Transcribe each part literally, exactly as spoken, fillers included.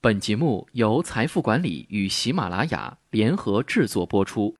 本节目由财富管理与喜马拉雅联合制作播出。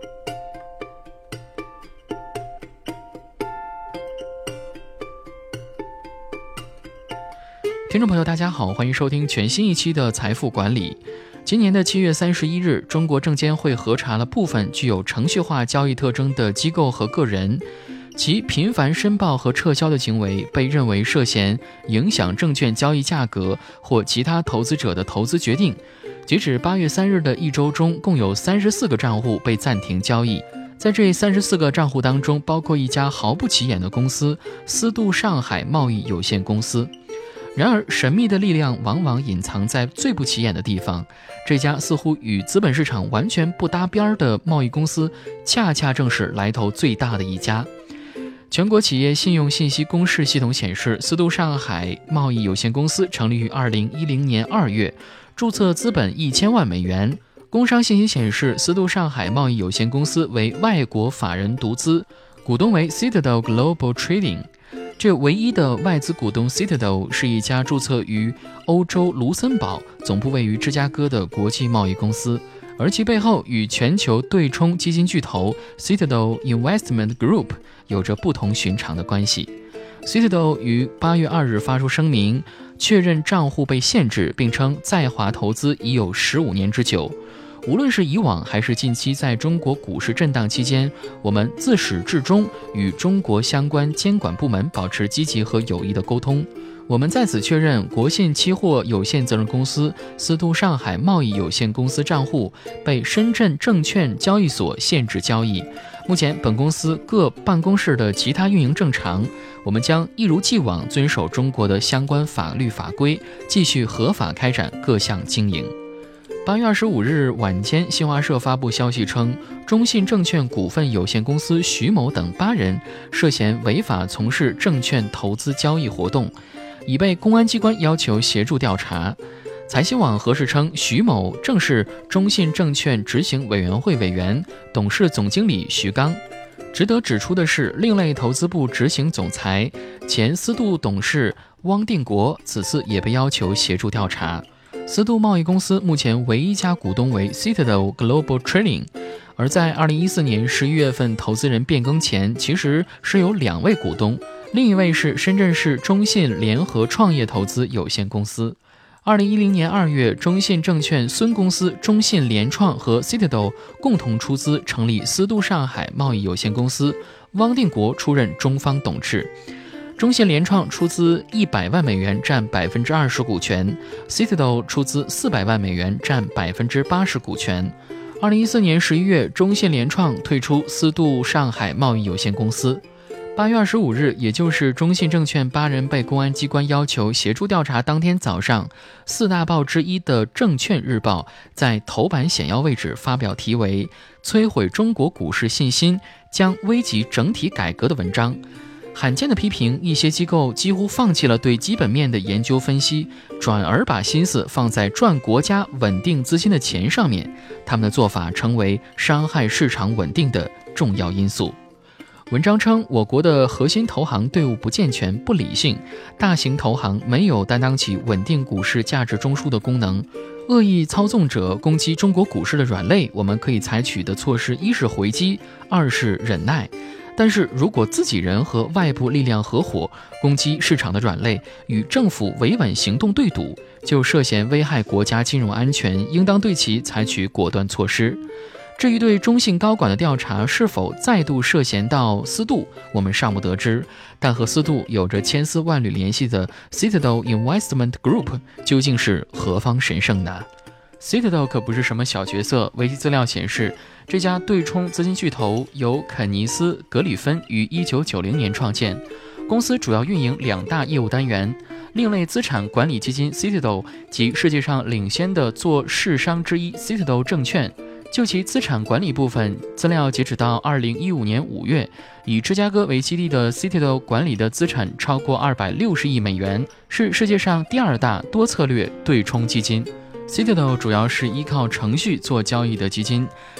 听众朋友大家好，欢迎收听全新一期的财富管理。今年的七月三十一日，中国证监会核查了部分具有程序化交易特征的机构和个人，其频繁申报和撤销的行为被认为涉嫌影响证券交易价格或其他投资者的投资决定。截止八月三日的一周中，共有三十四个账户被暂停交易。在这三十四个账户当中，包括一家毫不起眼的公司——思度上海贸易有限公司。然而，神秘的力量往往隐藏在最不起眼的地方。这家似乎与资本市场完全不搭边的贸易公司，恰恰正是来头最大的一家。全国企业信用信息公示系统显示，思度上海贸易有限公司成立于二零一零年二月，注册资本一千万美元。工商信息显示，思度上海贸易有限公司为外国法人独资，股东为 Citadel Global Trading。这唯一的外资股东 Citadel 是一家注册于欧洲卢森堡、总部位于芝加哥的国际贸易公司，而其背后与全球对冲基金巨头 Citadel Investment Group 有着不同寻常的关系。Citadel 于八月二日发出声明，确认账户被限制，并称在华投资已有十五年之久。无论是以往还是近期在中国股市震荡期间，我们自始至终与中国相关监管部门保持积极和有益的沟通。我们在此确认，国信期货有限责任公司思度上海贸易有限公司账户被深圳证券交易所限制交易。目前本公司各办公室的其他运营正常，我们将一如既往遵守中国的相关法律法规，继续合法开展各项经营。八月二十五日晚间，新华社发布消息称，中信证券股份有限公司徐某等八人涉嫌违法从事证券投资交易活动，已被公安机关要求协助调查。财新网核实称，徐某正是中信证券执行委员会委员、董事总经理徐刚。值得指出的是，另类投资部执行总裁、前思度董事汪定国此次也被要求协助调查。思度贸易公司目前唯一家股东为 Citadel Global Trading， 而在二零一四年十一月份投资人变更前，其实是有两位股东，另一位是深圳市中信联合创业投资有限公司。二零一零年二月，中信证券孙公司中信联创和 Citadel 共同出资成立思度上海贸易有限公司，汪定国出任中方董事。中信联创出资一百万美元，占百分之二十股权 ；Citadel 出资四百万美元，占百分之八十股权。二零一四年十一月，中信联创退出思度上海贸易有限公司。八月二十五日，也就是中信证券八人被公安机关要求协助调查当天早上，四大报之一的《证券日报》在头版显要位置发表题为“摧毁中国股市信心，将危及整体改革”的文章。罕见的批评一些机构几乎放弃了对基本面的研究分析，转而把心思放在赚国家稳定资金的钱上面，他们的做法成为伤害市场稳定的重要因素。文章称，我国的核心投行队伍不健全、不理性，大型投行没有担当起稳定股市价值中枢的功能。恶意操纵者攻击中国股市的软肋，我们可以采取的措施一是回击，二是忍耐。但是如果自己人和外部力量合伙攻击市场的软肋，与政府维稳行动对赌，就涉嫌危害国家金融安全，应当对其采取果断措施。至于对中信高管的调查是否再度涉嫌到思度，我们尚不得知，但和思度有着千丝万缕联系的 Citadel Investment Group 究竟是何方神圣呢？ Citadel 可不是什么小角色。维基资料显示，这家对冲资金巨头由肯尼斯·格里芬于一九九零年创建，公司主要运营两大业务单元：另类资产管理基金 Citadel 及世界上领先的做市商之一 Citadel 证券。就其资产管理部分，资料截止到二零一五年五月，以芝加哥为基地的 Citadel 管理的资产超过二百六十亿美元，是世界上第二大多策略对冲基金。Citadel 主要是依靠程序做交易的基金，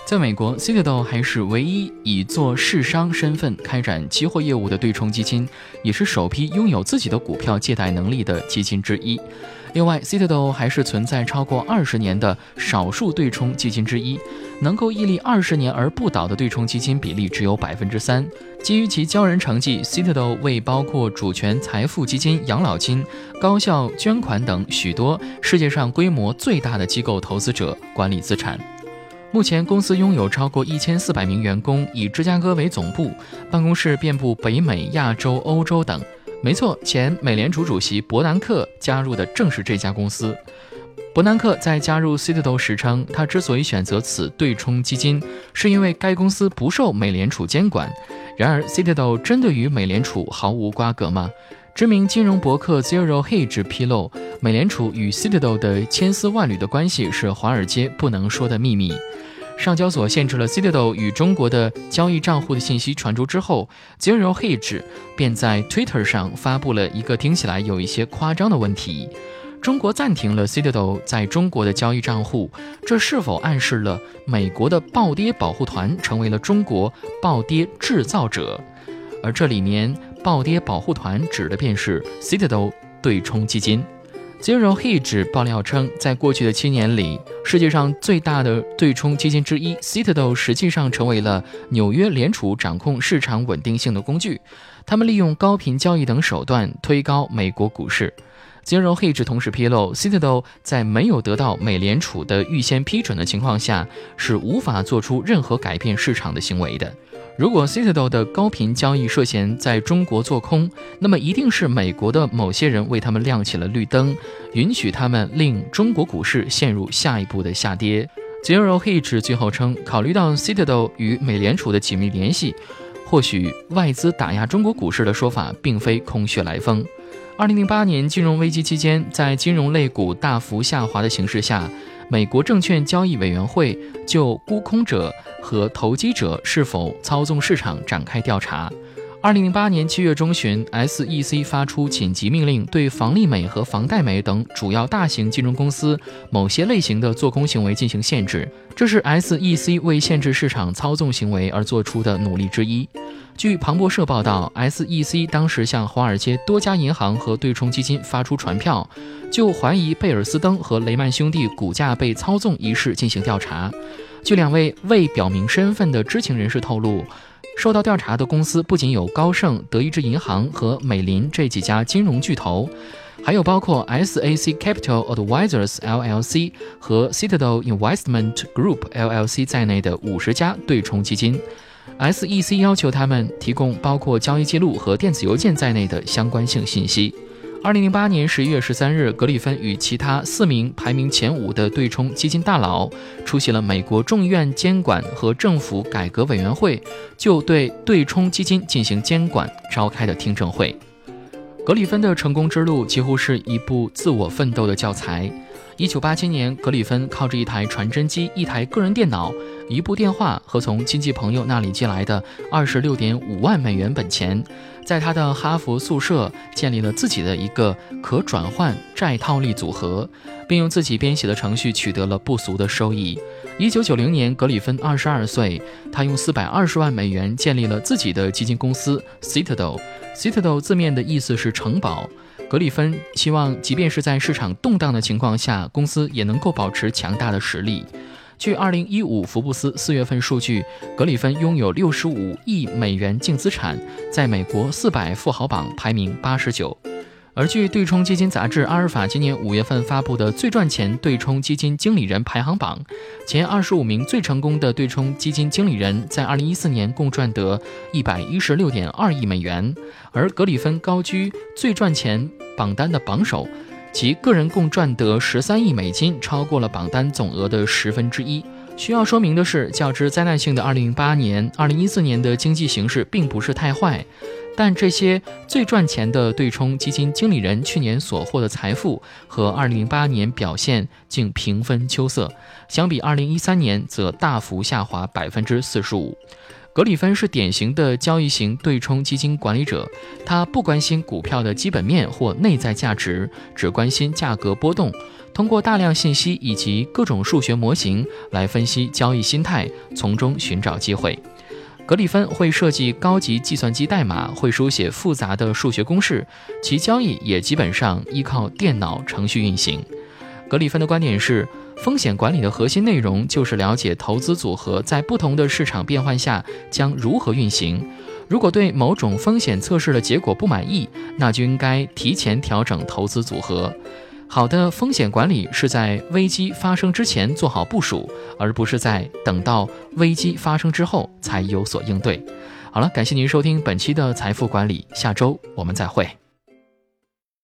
在美国 Citadel 还是唯一以做市商身份开展期货业务的对冲基金，也是首批拥有自己的股票借贷能力的基金之一。另外 Citadel 还是存在超过二十年的少数对冲基金之一，能够屹立二十年而不倒的对冲基金比例只有百分之三。基于其骄人成绩 ，Citadel 为包括主权财富基金、养老金、高校捐款等许多世界上规模最大的机构投资者管理资产。目前公司拥有超过一千四百名员工，以芝加哥为总部，办公室遍布北美、亚洲、欧洲等。没错，前美联储主席伯南克加入的正是这家公司。伯南克在加入 Citadel 时称，他之所以选择此对冲基金，是因为该公司不受美联储监管。然而 Citadel 真的与美联储毫无瓜葛吗？知名金融博客 Zero Hedge 披露，美联储与 Citadel 的千丝万缕的关系是华尔街不能说的秘密。上交所限制了 Citadel 与中国的交易账户的信息传出之后， Zero Hedge 便在 Twitter 上发布了一个听起来有一些夸张的问题：中国暂停了 Citadel 在中国的交易账户，这是否暗示了美国的暴跌保护团成为了中国暴跌制造者？而这里面暴跌保护团指的便是 Citadel 对冲基金。Zero Hedge 爆料称，在过去的七年里，世界上最大的对冲基金之一 Citadel 实际上成为了纽约联储掌控市场稳定性的工具。他们利用高频交易等手段推高美国股市。Zero Hedge 同时披露 ，Citadel 在没有得到美联储的预先批准的情况下，是无法做出任何改变市场的行为的。如果 Citadel 的高频交易涉嫌在中国做空，那么一定是美国的某些人为他们亮起了绿灯，允许他们令中国股市陷入下一步的下跌。Zero Hedge 最后称，考虑到 Citadel 与美联储的紧密联系，或许外资打压中国股市的说法并非空穴来风。二零零八年金融危机期间，在金融类股大幅下滑的形势下，美国证券交易委员会就沽空者和投机者是否操纵市场展开调查。二零零八年七月中旬 ，S E C 发出紧急命令，对房利美和房贷美等主要大型金融公司某些类型的做空行为进行限制。这是 S E C 为限制市场操纵行为而做出的努力之一。据彭博社报道 ，S E C 当时向华尔街多家银行和对冲基金发出传票，就怀疑贝尔斯登和雷曼兄弟股价被操纵一事进行调查。据两位未表明身份的知情人士透露，受到调查的公司不仅有高盛、德意志银行和美林这几家金融巨头，还有包括 S A C Capital Advisors L L C 和 Citadel Investment Group L L C 在内的五十家对冲基金。S E C 要求他们提供包括交易记录和电子邮件在内的相关性信息。二零零八年十一月十三日，格里芬与其他四名排名前五的对冲基金大佬出席了美国众议院监管和政府改革委员会就对对冲基金进行监管召开的听证会。格里芬的成功之路几乎是一部自我奋斗的教材。一九八七年，格里芬靠着一台传真机、一台个人电脑、一部电话和从亲戚朋友那里借来的二十六点五万美元本钱，在他的哈佛宿舍建立了自己的一个可转换债套利组合，并用自己编写的程序取得了不俗的收益。一九九零年，格里芬二十二岁，他用四百二十万美元建立了自己的基金公司 Citadel。Citadel 字面的意思是城堡。格里芬希望即便是在市场动荡的情况下，公司也能够保持强大的实力。据二零一五福布斯四月份数据，格里芬拥有六十五亿美元净资产，在美国四百富豪榜排名八十九。而据对冲基金杂志阿尔法今年五月份发布的最赚钱对冲基金经理人排行榜，前二十五名最成功的对冲基金经理人在二零一四年共赚得一百一十六点二亿美元，而格里芬高居最赚钱榜单的榜首，其个人共赚得十三亿美金，超过了榜单总额的十分之一。需要说明的是，较之灾难性的二零零八年、二零一四年的经济形势并不是太坏，但这些最赚钱的对冲基金经理人去年所获的财富和二零零八年表现竟平分秋色，相比二零一三年则大幅下滑百分之四十五。格里芬是典型的交易型对冲基金管理者，他不关心股票的基本面或内在价值，只关心价格波动， 通过大量信息以及各种数学模型来分析交易心态，从中寻找机会。格里芬会设计高级计算机代码，会书写复杂的数学公式，其交易也基本上依靠电脑程序运行。格里芬的观点是，风险管理的核心内容就是了解投资组合在不同的市场变换下将如何运行。如果对某种风险测试的结果不满意，那就应该提前调整投资组合。好的风险管理是在危机发生之前做好部署，而不是在等到危机发生之后才有所应对。好了，感谢您收听本期的财富管理，下周我们再会。